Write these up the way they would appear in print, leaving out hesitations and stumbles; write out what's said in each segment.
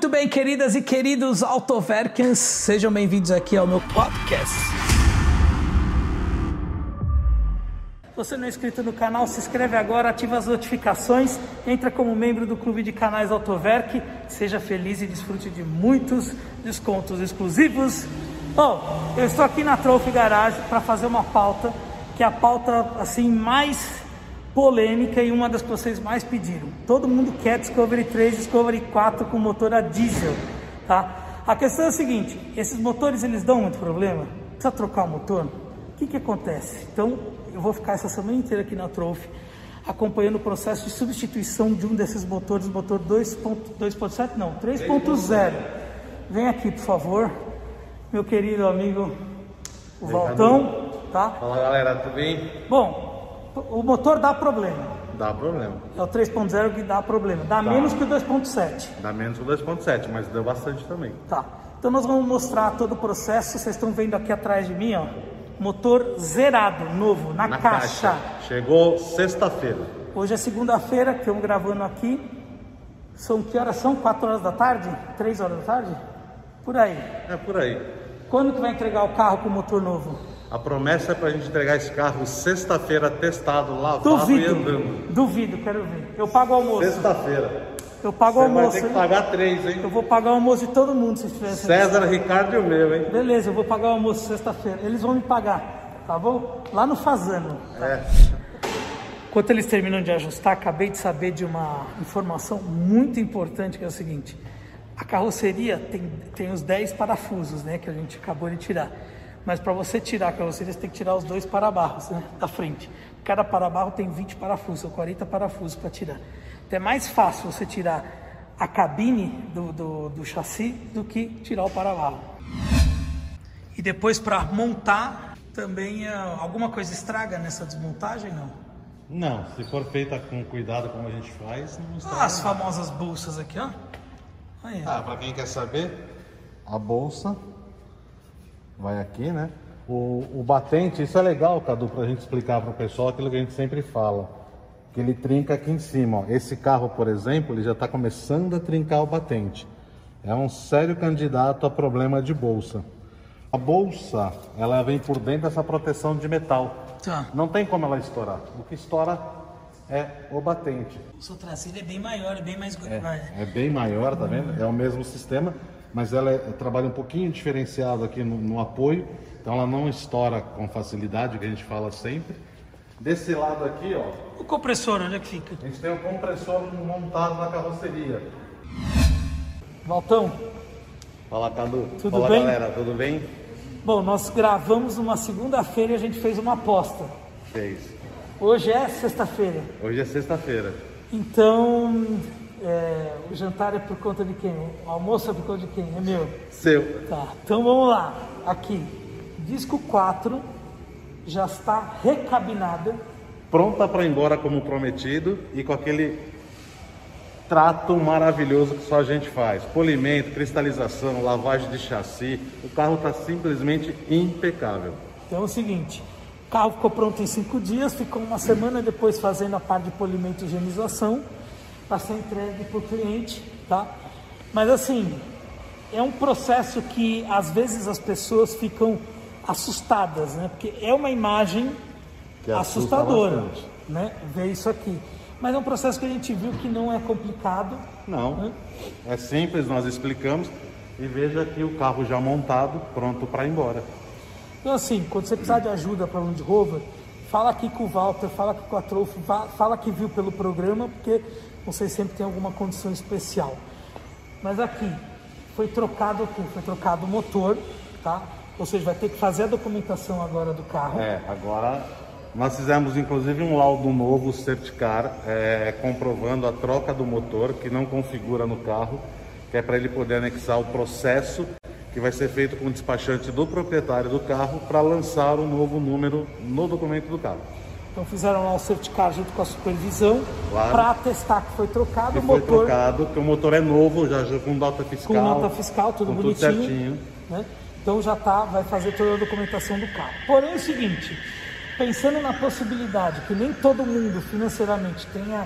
Muito bem, queridas e queridos Autoverkens, sejam bem-vindos aqui ao meu podcast. Se você não é inscrito no canal, se inscreve agora, ativa as notificações, entra como membro do clube de canais Autoverk, seja feliz e desfrute de muitos descontos exclusivos. Eu estou aqui na Trophy Garage para fazer uma pauta, que é a pauta assim mais polêmica e uma das que vocês mais pediram. Todo mundo quer Discovery 3, Discovery 4 com motor a diesel, tá? A questão é a seguinte, esses motores eles dão muito problema, precisa trocar o motor, o que acontece? Então eu vou ficar essa semana inteira aqui na Trophy acompanhando o processo de substituição de um desses motores, motor 2.7 não, 3.0. Vem aqui, por favor, meu querido amigo, o Valtão, tá? Fala galera, tudo bem? Bom, o motor dá problema. Dá problema. É o 3.0 que dá problema. Dá menos que o 2.7. Dá menos que o 2.7, mas deu bastante também. Tá. Então nós vamos mostrar todo o processo. Vocês estão vendo aqui atrás de mim, ó. Motor zerado, novo, na caixa. Chegou sexta-feira. Hoje é segunda-feira, que estamos gravando aqui. São que horas são? 4 horas da tarde? 3 horas da tarde? Por aí. É por aí. Quando que vai entregar o carro com o motor novo? A promessa é pra gente entregar esse carro sexta-feira, testado, lavado e andando. Duvido, quero ver. Eu pago o almoço. Sexta-feira. Eu pago o almoço. Você vai ter que pagar 3, hein? Eu vou pagar o almoço de todo mundo se tiver. César, Ricardo e o meu, hein? Beleza, eu vou pagar o almoço sexta-feira. Eles vão me pagar, tá bom? Lá no Fazano. É. Enquanto eles terminam de ajustar, acabei de saber de uma informação muito importante, que é o seguinte. A carroceria tem os 10 parafusos, né? Que a gente acabou de tirar. Mas para você tirar a carroceria, você tem que tirar os 2 parabarros, né, da frente. Cada parabarro tem 20 parafusos, ou 40 parafusos para tirar. Então é mais fácil você tirar a cabine do chassi do que tirar o parabarro. E depois para montar, também alguma coisa estraga nessa desmontagem, não? Não, se for feita com cuidado como a gente faz, não estraga. As famosas bolsas aqui, ó. Aí, para quem quer saber, a bolsa vai aqui, né? O batente, isso é legal, Cadu, pra gente explicar pro pessoal aquilo que a gente sempre fala, que ele trinca aqui em cima, ó. Esse carro, por exemplo, ele já está começando a trincar o batente. É um sério candidato a problema de bolsa. A bolsa, ela vem por dentro dessa proteção de metal. Tá. Não tem como ela estourar. O que estoura é o batente. O seu traseiro é bem maior, é bem mais... É bem maior, tá vendo? É o mesmo sistema, mas ela trabalha um pouquinho diferenciado aqui no apoio, então ela não estoura com facilidade, que a gente fala sempre. Desse lado aqui, ó... O compressor, onde é que fica? A gente tem um compressor montado na carroceria. Valtão. Fala, Cadu. Tudo Fala, bem? galera, tudo bem? Bom, nós gravamos numa segunda-feira e a gente fez uma aposta. Fez. Hoje é sexta-feira. Hoje é sexta-feira. Então, o jantar é por conta de quem? O almoço é por conta de quem? É meu. Seu. Tá, então vamos lá. Aqui, disco 4 já está recabinada. Pronta para ir embora como prometido e com aquele trato maravilhoso que só a gente faz. Polimento, cristalização, lavagem de chassi. O carro está simplesmente impecável. Então é o seguinte, o carro ficou pronto em 5 dias, ficou uma semana depois fazendo a parte de polimento e higienização para ser entregue para o cliente, tá? Mas assim, é um processo que às vezes as pessoas ficam assustadas, né? Porque é uma imagem que assustadora, né? Ver isso aqui. Mas é um processo que a gente viu que não é complicado. Não, né? É simples, nós explicamos. E veja aqui o carro já montado, pronto para ir embora. Então assim, quando você precisar de ajuda para Land Rover, fala aqui com o Walter, fala aqui com a Trophy, fala que viu pelo programa, porque vocês sempre têm alguma condição especial. Mas aqui, foi trocado o motor, tá? Ou seja, vai ter que fazer a documentação agora do carro. Agora nós fizemos inclusive um laudo novo, Certicar, comprovando a troca do motor, que não configura no carro, que é para ele poder anexar o processo que vai ser feito com o despachante do proprietário do carro para lançar um novo número no documento do carro. Então fizeram lá o Certicar junto com a supervisão, claro, para atestar que foi trocado que o motor. Foi trocado, que o motor é novo, já com nota fiscal. Com nota fiscal, tudo bonitinho. Tudo certinho. Né? Então já vai fazer toda a documentação do carro. Porém é o seguinte, pensando na possibilidade que nem todo mundo financeiramente tenha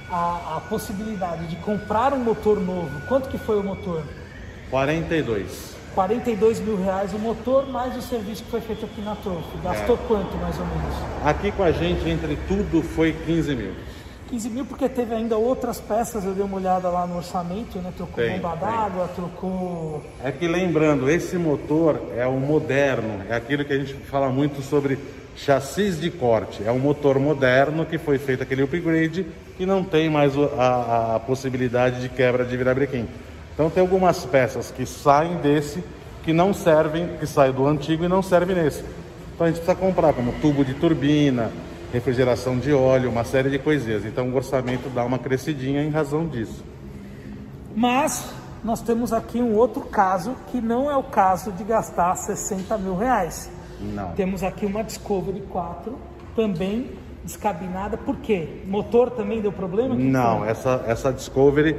a possibilidade de comprar um motor novo. Quanto que foi o motor? 42. 42 mil reais o motor, mais o serviço que foi feito aqui na Trophy. Gastou quanto, mais ou menos? Aqui com a gente, entre tudo, foi 15 mil. 15 mil porque teve ainda outras peças, eu dei uma olhada lá no orçamento, né? Trocou bomba d'água, trocou... É que lembrando, esse motor é o moderno, é aquilo que a gente fala muito sobre chassis de corte. É um motor moderno que foi feito aquele upgrade que não tem mais a possibilidade de quebra de virabrequim. Então tem algumas peças que saem desse, que não servem, que saem do antigo e não servem nesse. Então a gente precisa comprar como tubo de turbina, refrigeração de óleo, uma série de coisinhas. Então o orçamento dá uma crescidinha em razão disso. Mas nós temos aqui um outro caso que não é o caso de gastar 60 mil reais. Não. Temos aqui uma Discovery 4, também descabinada. Por quê? Motor também deu problema? Não, essa Discovery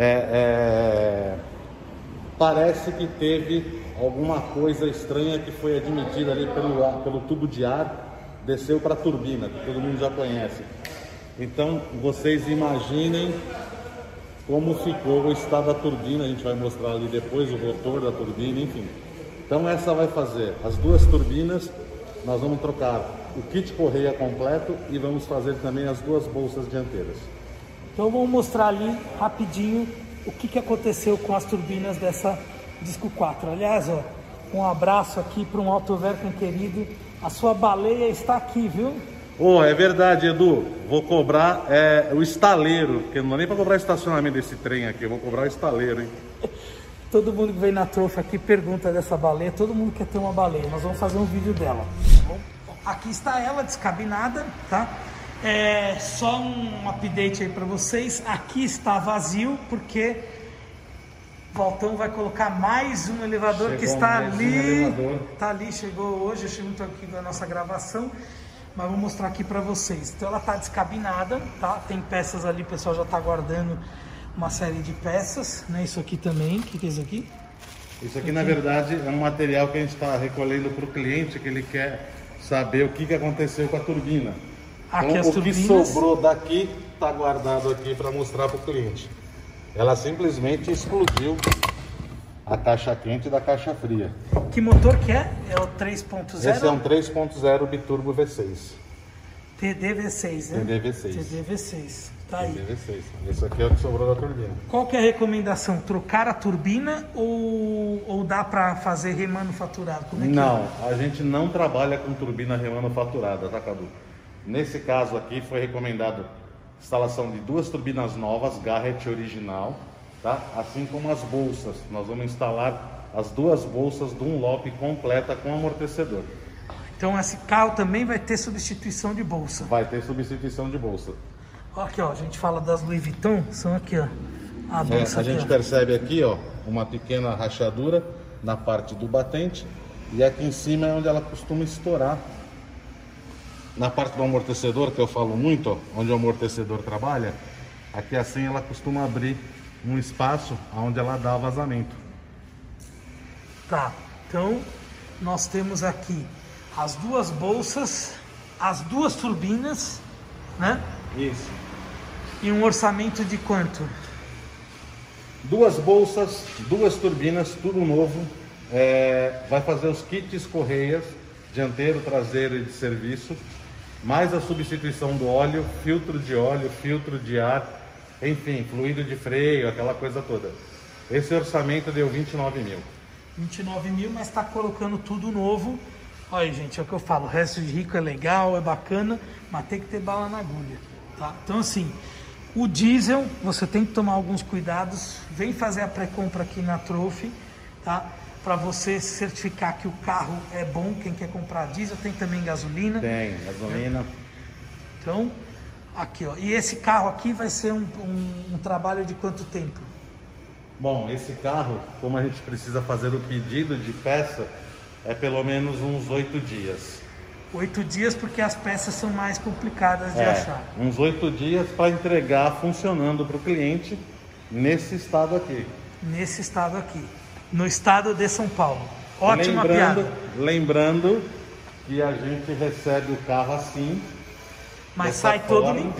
parece que teve alguma coisa estranha que foi admitida ali pelo tubo de ar, desceu para a turbina, que todo mundo já conhece. Então vocês imaginem como ficou o estado da turbina, a gente vai mostrar ali depois o rotor da turbina, enfim. Então essa vai fazer as duas turbinas, nós vamos trocar o kit correia completo e vamos fazer também as duas bolsas dianteiras. Então vamos mostrar ali rapidinho o que aconteceu com as turbinas dessa Disco 4. Aliás, ó, um abraço aqui para um Autoverken querido. A sua baleia está aqui, viu? Oh, é verdade, Edu. Vou cobrar o estaleiro, porque não dá nem para cobrar estacionamento desse trem aqui. Eu vou cobrar o estaleiro, hein? Todo mundo que vem na Trophy aqui pergunta dessa baleia. Todo mundo quer ter uma baleia. Nós vamos fazer um vídeo dela. Aqui está ela, descabinada, tá? Só um update aí para vocês. Aqui está vazio porque Valtão vai colocar mais um elevador. Chegou que está ali. Está ali, chegou hoje. Eu cheguei muito aqui da nossa gravação, mas vou mostrar aqui para vocês. Então ela está descabinada, tá? Tem peças ali, o pessoal já está guardando uma série de peças, né? Isso aqui também. O que é isso aqui? Isso aqui, na verdade, é um material que a gente está recolhendo para o cliente, que ele quer saber o que aconteceu com a turbina. Aqui então, as turbinas... que sobrou daqui está guardado aqui para mostrar para o cliente. Ela simplesmente explodiu a caixa quente da caixa fria. Que motor que é? É o 3.0? Esse é um 3.0 biturbo V6. TDV6, né? TDV6. TDV6. Tá aí. TDV6. Esse aqui é o que sobrou da turbina. Qual que é a recomendação? Trocar a turbina ou dá para fazer remanufaturado? Como é que não, a gente não trabalha com turbina remanufaturada, tá, Cadu? Nesse caso aqui foi recomendado instalação de duas turbinas novas, Garrett original, tá? Assim como as bolsas. Nós vamos instalar as duas bolsas Dunlop completa com amortecedor. Então esse carro também vai ter substituição de bolsa? Vai ter substituição de bolsa. Aqui, ó, a gente fala das Louis Vuitton, são aqui, ó. A bolsa a gente aqui, percebe aqui, ó, uma pequena rachadura na parte do batente e aqui em cima é onde ela costuma estourar. Na parte do amortecedor, que eu falo muito, ó, onde o amortecedor trabalha, aqui assim ela costuma abrir um espaço onde ela dá vazamento. Tá, então nós temos aqui as duas bolsas, as duas turbinas, né? Isso. E um orçamento de quanto? Duas bolsas, duas turbinas, tudo novo. Vai fazer os kits correias, dianteiro, traseiro e de serviço, mais a substituição do óleo, filtro de ar, enfim, fluido de freio, aquela coisa toda. Esse orçamento deu 29 mil. 29 mil, mas está colocando tudo novo. Olha aí, gente, é o que eu falo, o resto de rico é legal, é bacana, mas tem que ter bala na agulha, tá? Então assim, o diesel, você tem que tomar alguns cuidados. Vem fazer a pré-compra aqui na Trophy, tá? Para você certificar que o carro é bom. Quem quer comprar diesel, tem também gasolina. Tem, gasolina. Então, aqui, ó. E esse carro aqui vai ser um trabalho de quanto tempo? Bom, esse carro, como a gente precisa fazer o pedido de peça, é pelo menos uns 8 dias. 8 dias porque as peças são mais complicadas de achar. Uns 8 dias para entregar funcionando para o cliente nesse estado aqui. Nesse estado aqui. No estado de São Paulo. Ótima piada. Lembrando que a gente recebe o carro assim. Mas sai todo limpinho.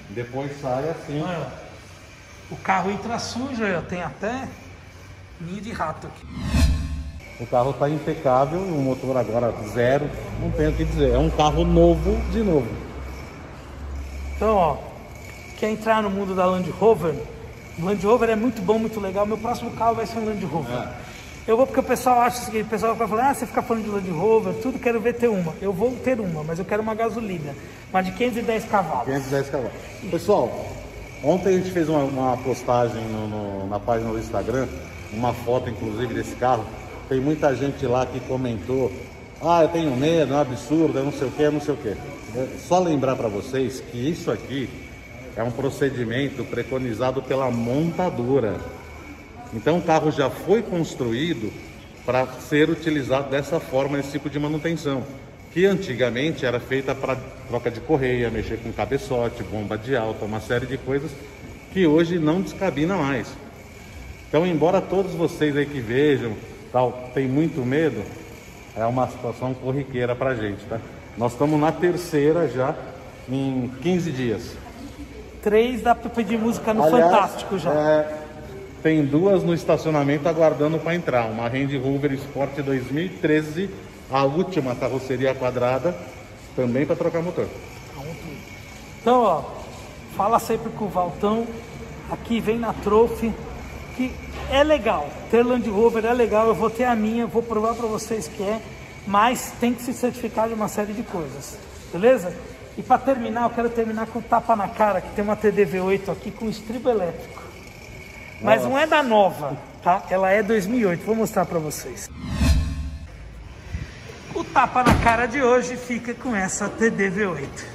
Depois sai assim. Olha, o carro entra sujo, ó, tem até ninho de rato aqui. O carro está impecável, o motor agora zero, não tenho o que dizer. É um carro novo de novo. Então, ó, quer entrar no mundo da Land Rover? O Land Rover é muito bom, muito legal. Meu próximo carro vai ser um Land Rover. Eu vou porque o pessoal acha o seguinte, o pessoal vai falar, você fica falando de Land Rover, tudo, quero ver ter uma. Eu vou ter uma, mas eu quero uma gasolina, uma de 510 cavalos. 510 cavalos. Pessoal, ontem a gente fez uma postagem na página do Instagram, uma foto inclusive desse carro. Tem muita gente lá que comentou, eu tenho medo, é um absurdo, é não sei o que, não sei o que. Só lembrar para vocês que isso aqui é um procedimento preconizado pela montadora. Então o carro já foi construído para ser utilizado dessa forma, esse tipo de manutenção, que antigamente era feita para troca de correia, mexer com cabeçote, bomba de alta, uma série de coisas que hoje não descabina mais. Então, embora todos vocês aí que vejam, tem muito medo, é uma situação corriqueira para a gente, tá? Nós estamos na terceira já, em 15 dias. 3 dá para pedir música no Aliás, Fantástico já. Tem 2 no estacionamento aguardando para entrar. Uma Range Rover Sport 2013, a última carroceria quadrada, também para trocar motor. Então, ó, fala sempre com o Valtão, aqui vem na Trophy, que é legal, ter Land Rover é legal, eu vou ter a minha, vou provar para vocês que é, mas tem que se certificar de uma série de coisas, beleza? E para terminar, eu quero terminar com tapa na cara, que tem uma TDV8 aqui com estribo elétrico. Mas não é da nova, tá? Ela é 2008, vou mostrar para vocês. O tapa na cara de hoje fica com essa TDV8.